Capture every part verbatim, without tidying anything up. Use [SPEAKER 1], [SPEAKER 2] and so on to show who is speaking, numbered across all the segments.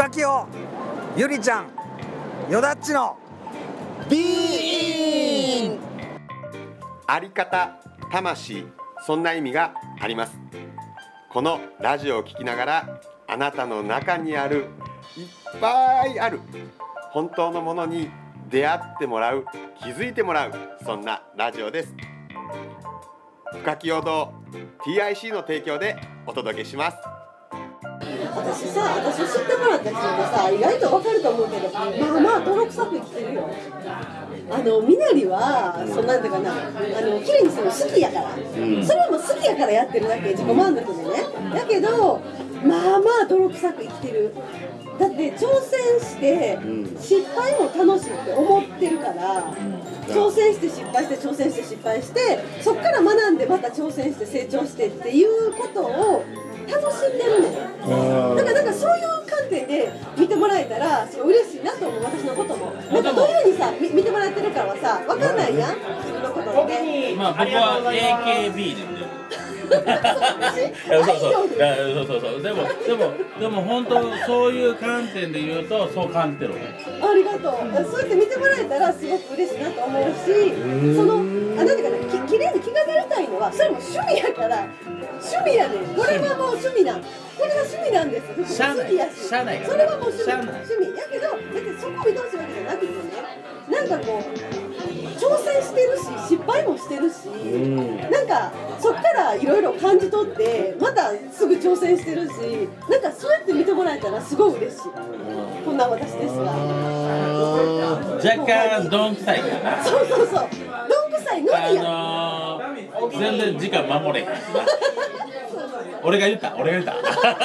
[SPEAKER 1] 深清ゆりちゃんよだっちのビーイン。
[SPEAKER 2] あり方、魂、そんな意味があります。このラジオを聞きながら、あなたの中にあるいっぱいある本当のものに出会ってもらう、気づいてもらう、そんなラジオです。深清堂 ティーアイシー の提供でお届けします。
[SPEAKER 3] 私さ、私を知ってもらった人でさ、意外とわかると思うけど、まあまあ泥臭く生きてるよ。あのみなりは、そんなんていうかな、あの綺麗にするの好きやから、うん、それはもう好きやからやってるだけ、自己満足でね。だけど、まあまあ泥臭く生きてる。だって挑戦して失敗も楽しいって思ってるから、挑戦して失敗して挑戦して失敗して、そっから学んでまた挑戦して成長してっていうことを楽しんでるねん。だから、だからそういう観点で見てもらえたらすごい嬉しいなと思う、私のことも。なんかどういうふうにさ、見てもらってるかはさ、分かんないやん、自分のことって。
[SPEAKER 4] まあ僕は エーケービー で見てる。そうそうそうそうそう。でもでもでも本当そういう観点で言うとそう感じてる。
[SPEAKER 3] ありがとう。そうやって見てもらえたらすごく嬉しいなと思うし、そのあなんていうかな、き綺麗に気がなりたいのはそれも趣味やから、趣味やねん。これはもう趣味なん。これが趣味なんです。服も好きやし、それはもう趣味趣味やけど、だってそこを見てほしいわけじゃなくてね、なんかこう。挑戦してるし失敗もしてるし、うん、なんかそっからいろいろ感じ取ってまたすぐ挑戦してるし、なんかそうやって見てもらえたらすごい嬉しい、うん、こんな私ですが
[SPEAKER 4] 若干どんくさいかな。
[SPEAKER 3] そうそうそう、どんくさいのにや、
[SPEAKER 4] あのー、全然時間守れへん俺が言った俺が言った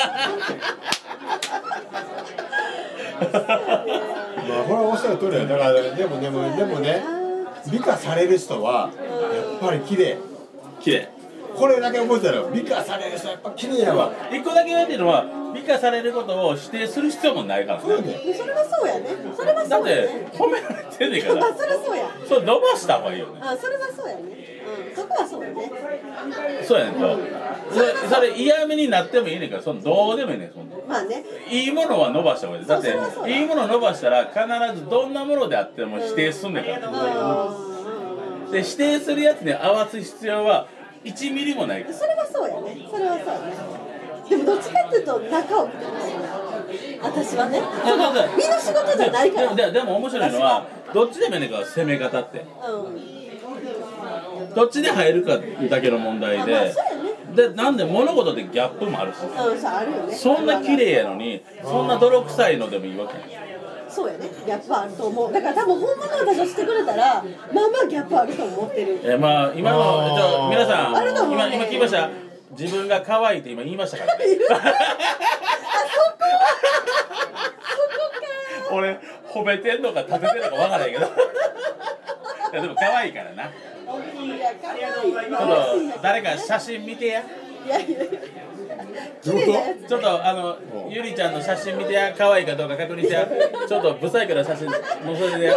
[SPEAKER 5] まあこれはおっしゃる通りだよ。だからでもでもでもね、美化される人はやっぱり綺麗。
[SPEAKER 4] 綺麗。
[SPEAKER 5] これだけ覚えてたよ。美化される人はやっぱ綺麗やわ。
[SPEAKER 4] 一個だけ言われてるのは、美化されることを否定する必要もないからね。
[SPEAKER 3] そうね。それはそうやね。それはそうやね。
[SPEAKER 4] だって褒められてんねんから。
[SPEAKER 3] あ、それはそうや。
[SPEAKER 4] それ伸ばした方がいいよね。
[SPEAKER 3] あ、それはそうやね。うん、そこはそうやね。
[SPEAKER 4] そうやねんか。それそれ嫌味になってもいいねんから、そのどうでもいいねん、そんな。
[SPEAKER 3] まあね。
[SPEAKER 4] いいものは伸ばした方がいい。だっていいものを伸ばしたら必ずどんなものであっても否定すんねんから。で否定するやつに合わす必要はいちミリもないから。
[SPEAKER 3] それはそうやね。それはそうやね。でもどっちかっていうと中を見てほしいな。私はね。身の仕事じゃないから。
[SPEAKER 4] で, で, でも面白いのはどっちでもいいねんから、攻め方って。うん、どっちで入るかだけの問題で。まあまあ、そうやね。でなんで物事ってギャップもあるし。
[SPEAKER 3] うん、そうあるよね。
[SPEAKER 4] そんな綺麗やのにそんな泥臭いのでもいいわけやん。
[SPEAKER 3] そうやね、ギャップあると思う。だから多分本物の私をしてくれたら、まあまあギャップあると思ってる。
[SPEAKER 4] えまあ今のじゃ皆さん、
[SPEAKER 3] あると思うね、
[SPEAKER 4] 今今聞きました。自分が可愛いって今言いましたからね。
[SPEAKER 3] あそこはそこか。
[SPEAKER 4] 俺褒めてんのか立ててんのかわからないけど。いやでも可愛いからな。いや
[SPEAKER 3] 可愛い。
[SPEAKER 4] ちょっと誰か写真見てや。
[SPEAKER 3] いやいや。
[SPEAKER 4] ちょっとあのゆりちゃんの写真見てや、可愛いかどうか確認してや。ちょっとブサイクな写真載せてや。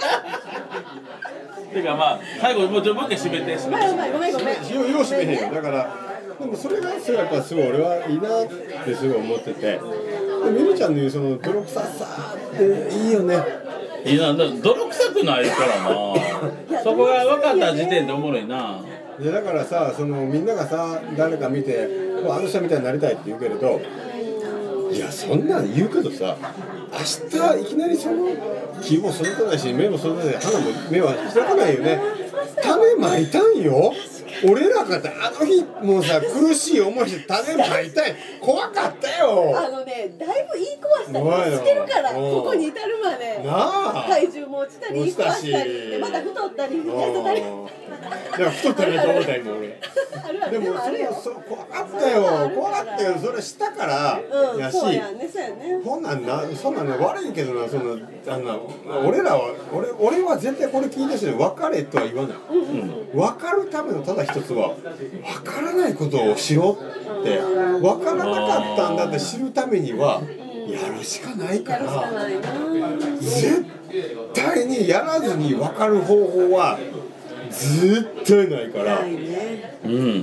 [SPEAKER 4] てかまあ最後もうちょっともう一回締めて締めて。
[SPEAKER 3] ごめんごめん。
[SPEAKER 5] よう締めへんよ。だからでもそれがすごいやっぱすごい俺はいいなってすごい思ってて。でみるちゃんの言うその泥臭さっていいよね。
[SPEAKER 4] いいな、泥臭くないからな。そこが分かった時点でおもろいな。
[SPEAKER 5] でだからさ、そのみんながさ誰か見てあの人みたいになりたいって言うけれど、いやそんなん言うけどさ、明日いきなりその木も育たないし芽も育たないし花も芽は開かないよね。種まいたんよ。俺らかってあの日もうさ苦しい思いして種まいたい。怖かったよ。
[SPEAKER 3] あのね、だいぶ言い壊したりしてるから、ここに至るまで体重も落ちたり言い壊したりでまた太ったり痩せたり。
[SPEAKER 5] いや太ったりと思った今俺。でもそそ怖かったよ。怖かったよ。それしたからやし。ほんなんな、そんなんね悪いけどな、そのあの俺らは俺俺は絶対これ聞いてる人に別れとは言わない。分かるためのただ一つは分からないことをしろって分からなかったんだって知るためにはやるしかないから絶対にやらずに分かる方法は絶対ないから、うん、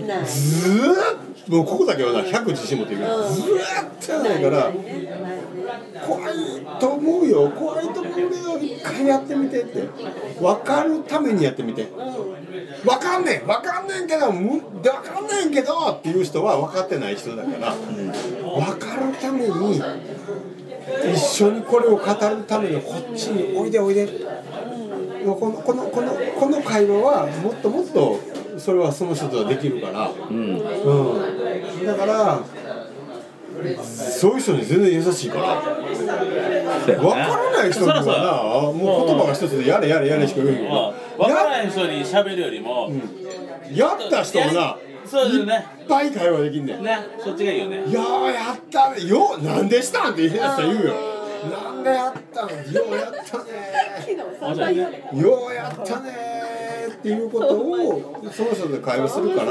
[SPEAKER 5] ずーっともうここだけはなひゃく自信持ってるけどずーっとないから怖いと思うよ、怖いと思うけど一回やってみてって、分かるためにやってみて、分かんねん分かんねんけど分かんねんけどっていう人は分かってない人だから、分かるために一緒にこれを語るためにこっちにおいでおいで、もうこのこのこのこの会話はもっともっとそれはその人とはできるから、うんうん、だからそういう人に全然優しいから、分からない人にはな、もう言葉が一つでやれやれやれしか言うけど、
[SPEAKER 4] 分からない人に喋るよりも、
[SPEAKER 5] うん、やった人もな、
[SPEAKER 4] そうですね、
[SPEAKER 5] いっぱい会話できんねん。
[SPEAKER 4] ね、そっちがいいよね。
[SPEAKER 5] いやーやったね、よなんでしたんって言うやつは言うよ。なんでやったの、ようやったねー、ようやったねーっていうことをその人と会話するから、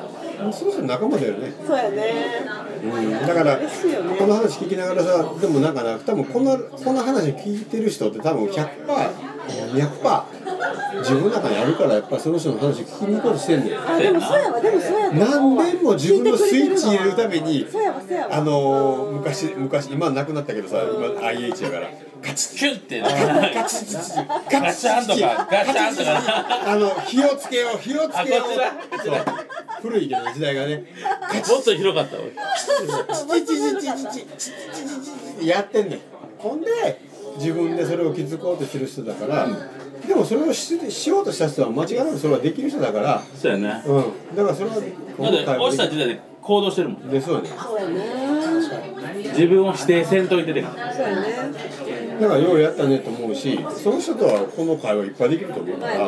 [SPEAKER 5] その人仲間だよね。
[SPEAKER 3] そうやね。
[SPEAKER 5] うん、だからこの話聞きながらさ、でもなんかな、多分このこの話聞いてる人って多分 ひゃくパーセント、にひゃくパーセント 自分の中にあるから、やっぱりその人の話聞きに行こうとしてんねん。
[SPEAKER 3] あ、でもそうやわ、でもそうやわ。
[SPEAKER 5] 何年も自分のスイッチ入れるために、
[SPEAKER 3] そうやわそうやわ。
[SPEAKER 5] あのー、昔昔今なくなったけどさ、今 アイエイチ やからカチッ
[SPEAKER 4] キュッて
[SPEAKER 5] ガチッ
[SPEAKER 4] ガチャンとかガチャンとか
[SPEAKER 5] あの火をつけよう火をつけよう、そう古いけど時代がね、
[SPEAKER 4] もっと広かったわ。
[SPEAKER 5] チチチチチチチチチやってんねん。ほんで自分でそれを気づこうとしてる人だから、でもそれを し, しようとした人は間違いなくそれはできる人だから、
[SPEAKER 4] そうやね。
[SPEAKER 5] うん、だからそれは
[SPEAKER 4] だって落ちた時代で行動してるもん。
[SPEAKER 5] で、そうやね。
[SPEAKER 3] そうやね。
[SPEAKER 4] 自分を否定せんといててから。
[SPEAKER 3] そうやね。
[SPEAKER 5] だからようやったねと思うし、その人とはこの会話いっぱいできると思うから、うん、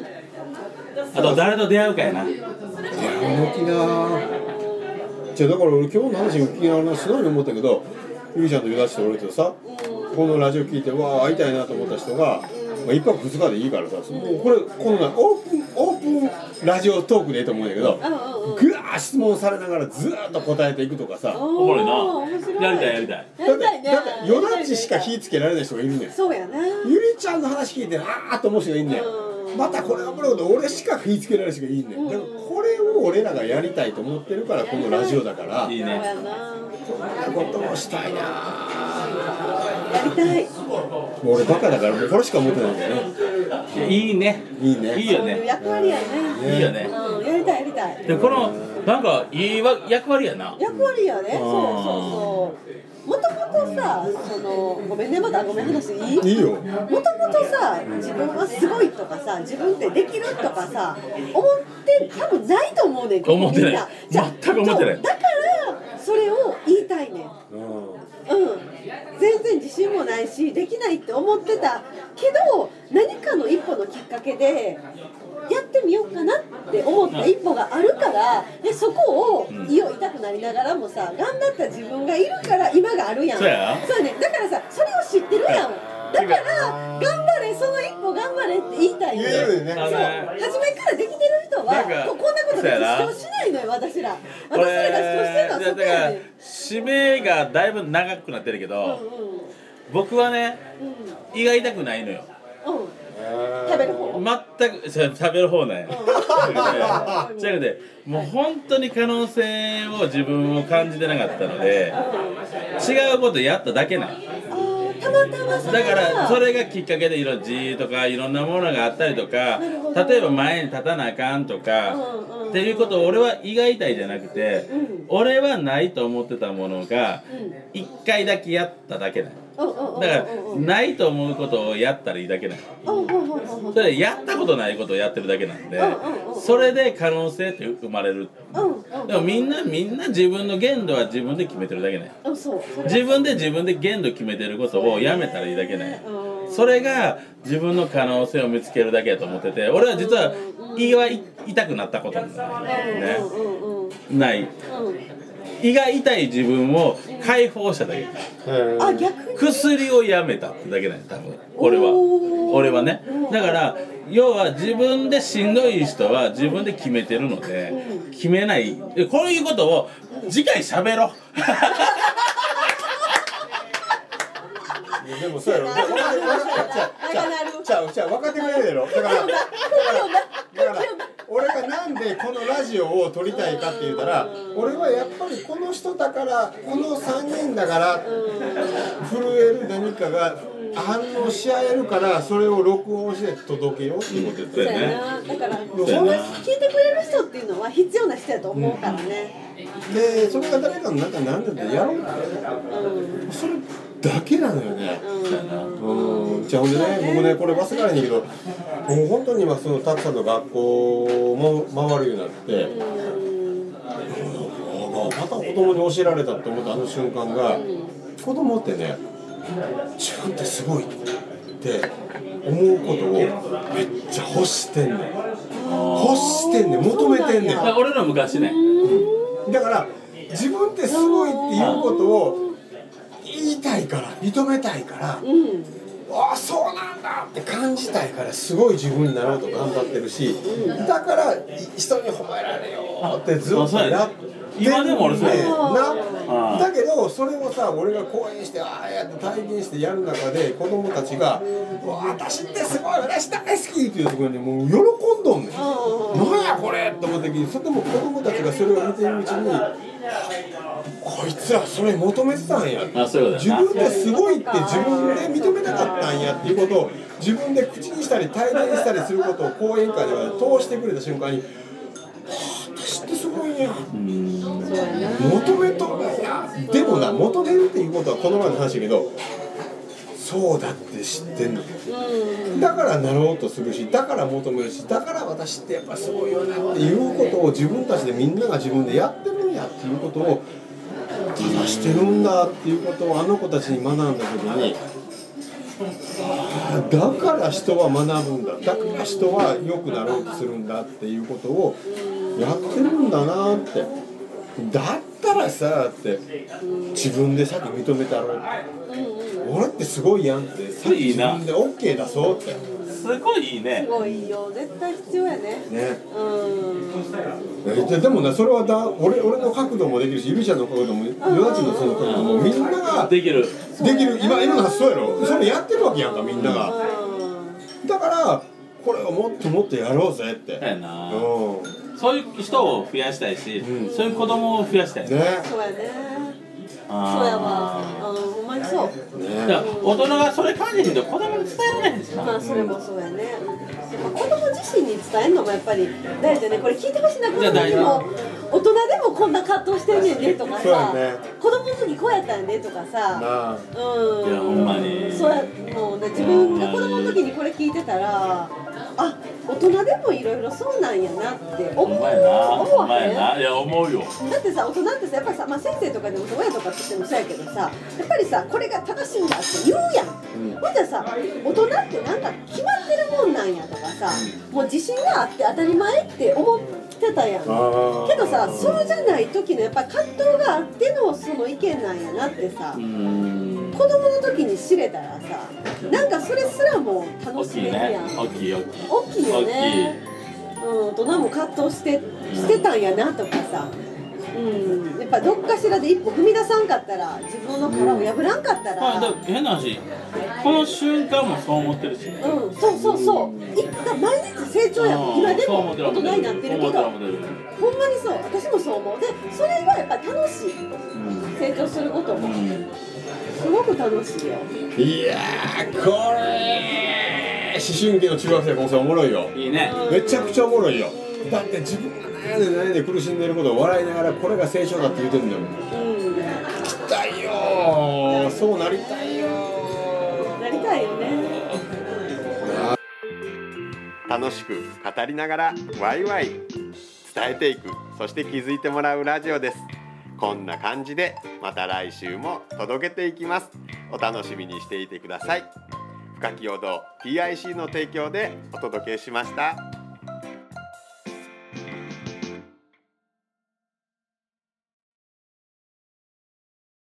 [SPEAKER 4] あと誰と出会うかやな。
[SPEAKER 5] いや大きなじゃあだから俺今日の話を聞きながらすごい思ったけど、ゆりちゃんとゆだちと俺とさ、このラジオ聞いてわあ会いたいなと思った人が、まあ、いっぱくふつかでいいからさ、もうこれこのなオープンオープンラジオトークでいいと思うんだけど、ぐわー質問されながらずーっと答えていくとかさ、
[SPEAKER 4] おもろいな。やりたいやりたい。
[SPEAKER 5] だってだってよだちしか火つけられない人がいるねん。
[SPEAKER 3] そうやね。
[SPEAKER 5] ゆりちゃんの話聞いてあーっと思う人がいんねん。またこれがおもろいこと俺しか火つけられる人がいいねん。だからこれを俺らがやりたいと思ってるからこのラジオだから、
[SPEAKER 4] いいね。
[SPEAKER 5] こんなこともしたいな。
[SPEAKER 3] やりたい。
[SPEAKER 5] もう俺バカだからもうこれしか思ってないんだよね。
[SPEAKER 4] いいね。
[SPEAKER 5] いいね。
[SPEAKER 4] いいよね。
[SPEAKER 3] 役割やね。
[SPEAKER 4] いいよね。
[SPEAKER 3] うん、やりたいやりたい。
[SPEAKER 4] でこのなんかいいわ役割やな。
[SPEAKER 3] 役割やね。そうそうそう。もともとさ、そのごめんね、まだごめん話いい？
[SPEAKER 5] いいよ。
[SPEAKER 3] もともとさ、自分はすごいとかさ、自分ってできるとかさ、思って多分ないと思うねん。
[SPEAKER 4] 思ってない。
[SPEAKER 3] じゃ
[SPEAKER 4] 全く思ってない。
[SPEAKER 3] だからそれを言いたいねん。うん、全然自信もないしできないって思ってたけど、何かの一歩のきっかけでやってみようかなって思った一歩があるから、でそこを胃を痛くなりながらもさ、頑張った自分がいるから今があるやん。
[SPEAKER 4] そうや。
[SPEAKER 3] そうね。だからさ、それを知ってるやん。だから頑張れ、その一歩頑張れって言いたいんだよ。
[SPEAKER 5] 言えるよね。
[SPEAKER 3] そう、初めからできてる人はこんなことで主張しないのよ、私ら。私らが主張してるのはそこやねん。
[SPEAKER 4] 使命がだいぶ長くなってるけど、うんうん、僕はね、うん、胃が痛くないのよ。
[SPEAKER 3] うん食べる方
[SPEAKER 4] 全く食べる方なんや。じゃなくてもう本当に可能性を自分を感じてなかったので、違うことやっただけなん。
[SPEAKER 3] たまたま
[SPEAKER 4] だからそれがきっかけでいろんな G とかいろんなものがあったりとか、例えば前に立たなあかんとか、うんうん、っていうことを俺は胃が痛いじゃなくて、うん、俺はないと思ってたものがいっかいだけやっただけだ。だからないと思うことをやったらいいだけだ。それやったことないことをやってるだけなんで、それで可能性って生まれる。でもみんなみんな自分の限度は自分で決めてるだけね。自分で自分で限度決めてることをやめたらいいだけね。それが自分の可能性を見つけるだけだと思ってて、俺は実は胃は痛くなったことないね。ない。胃が痛い自分を解放しただけ。
[SPEAKER 3] あ、逆に
[SPEAKER 4] 薬をやめたってだけだよ多分俺は俺はね。だから要は自分でしんどい人は自分で決めてるので、決めないこういうことを次回喋ろう。
[SPEAKER 5] でもそうやろ。分かってちゃうちゃう分かってくれるやろ。だからだから俺がなんでこのラジオを撮りたいかって言ったら、俺はやっぱりこの人だから、このさんにんだから、 震える何かが反応し合えるからそれを録音して届けようっていうことですよね。
[SPEAKER 3] だからそれ聞いてくれる人っていうのは必要な人やと思うからね、
[SPEAKER 5] うん、でそれが誰かの中に何だってやろうって、うん、それだけなのよね。うんうん、じゃあほんでね僕ねこれ忘れられないけどもう本当に今そのたくさんの学校も回るようになって、うん、また子供に教えられたって思ったあの瞬間が、うん、子供ってね自分ってすごいって思うことをめっちゃ欲してんねん欲してんねん求めてんねん。
[SPEAKER 4] 俺ら昔ね、
[SPEAKER 5] うん、だから自分ってすごいっていうことを言いたいから認めたいから、うん、ああそうなんだって感じたいからすごい自分になろうと頑張ってるし、うん、だから人に褒められよってずっとやって
[SPEAKER 4] 今でも俺そうや
[SPEAKER 5] な。だけどそれをさ俺が講演してああやって体験してやる中で子供たちが私ってすごい私大好きっていうところにもう喜んどんねん。何やこれって思った時にそれでも子供たちがそれを見てるうちにこいつらそれ求めてたんや、自分ですごいって自分で認めたかったんやっていうことを自分で口にしたり体験したりすることを講演会では通してくれた瞬間に私ってすごいんや、求めとるんや。でもな求めるっていうことはこの前の話だけどそうだって知ってんの、だからなろうとするしだから求めるしだから私ってやっぱすごいよなっていうことを自分たちでみんなが自分でやってるんやっていうことを正してるんだっていうことをあの子たちに学んだ時にだから人は学ぶんだだから人は良くなろうとするんだっていうことをやってるんだなって。だったらさって自分でさっき認めたろう、うんうん、俺ってすごいやんってさっき自分で OK 出そうって
[SPEAKER 4] すごいいいね。
[SPEAKER 3] すごいよ絶対必要やね。ね。
[SPEAKER 5] うん。で, でもねそれはだ 俺, 俺の角度もできるしゆりちゃんの角度もよだちのその角度もみんなが
[SPEAKER 4] できる
[SPEAKER 5] できる今今の発想やろ。それやってるわけやんかみんなが。だからこれをもっともっとやろうぜって。
[SPEAKER 4] だよな。うん。そういう人を増やしたいし、うん、そういう子供を増やしたい。ね。
[SPEAKER 3] そうやね。そうやわ。うん、ほんまにそう。
[SPEAKER 4] ね。だから大人がそれ感じひんと子供に伝えられへんしな。
[SPEAKER 3] まあそれもそうやね。子供自身に伝えるのもやっぱり大事だね。これ聞いてほしいな。子供でも大人でもこんな葛藤してんねんねとかさ、ね、子供の時こうやったんねとかさ、うん。
[SPEAKER 4] いやほんまに。
[SPEAKER 3] そうやもうね自分が子供の時にこれ聞いてたら。あ、大人でもいろいろそうなんやなって思う。思
[SPEAKER 4] わへん。いや思うよ。
[SPEAKER 3] だってさ大人ってさやっぱりさ、まあ、先生とかでも親とかってもそうやけどさやっぱりさこれが正しいんだって言うやん。うん、ほんじゃさ大人ってなんか決まってるもんなんやとかさもう自信があって当たり前って思ってたやん。けどさそうじゃない時のやっぱ葛藤があってのその意見なんやなってさ。子供の時に知れたらさなんかそれすらも楽しめるやん。
[SPEAKER 4] 大きいね。
[SPEAKER 3] 大きいよね。うん、大人も葛藤してしてたんやなとかさ、うん、やっぱどっかしらで一歩踏み出さんかったら自分の殻を破らんかったら、
[SPEAKER 4] まあ、だから変な話この瞬間もそう思ってるしね。
[SPEAKER 3] うん、そうそうそうい毎日成長やもん。今でも大人になってるけどほんまにそう私もそう思う。でそれはやっぱ楽しい、うん、成長することも、うんすごく楽しいよ。
[SPEAKER 5] いやーこれ思春期の中学生高生おもろいよ。
[SPEAKER 4] いいね。
[SPEAKER 5] めちゃくちゃおもろいよ。だって自分が悩んで悩んで苦しんでることを笑いながらこれが成長だって言ってるんだよ。うん。行きたいよ。そうなりたいよ。
[SPEAKER 3] なりたいよね。
[SPEAKER 2] 楽しく語りながらワイワイ伝えていく、そして気づいてもらうラジオです。こんな感じでまた来週も届けていきます。お楽しみにしていてください。深き陽動 ティーアイシー の提供でお届けしました。